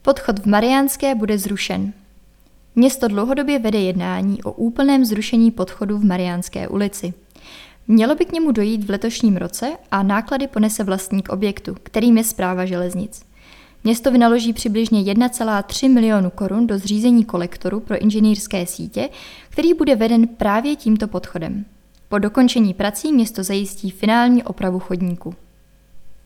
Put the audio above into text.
Podchod v Mariánské bude zrušen. Město dlouhodobě vede jednání o úplném zrušení podchodu v Mariánské ulici. Mělo by k němu dojít v letošním roce a náklady ponese vlastník objektu, kterým je Správa železnic. Město vynaloží přibližně 1,3 milionu korun do zřízení kolektoru pro inženýrské sítě, který bude veden právě tímto podchodem. Po dokončení prací město zajistí finální opravu chodníku.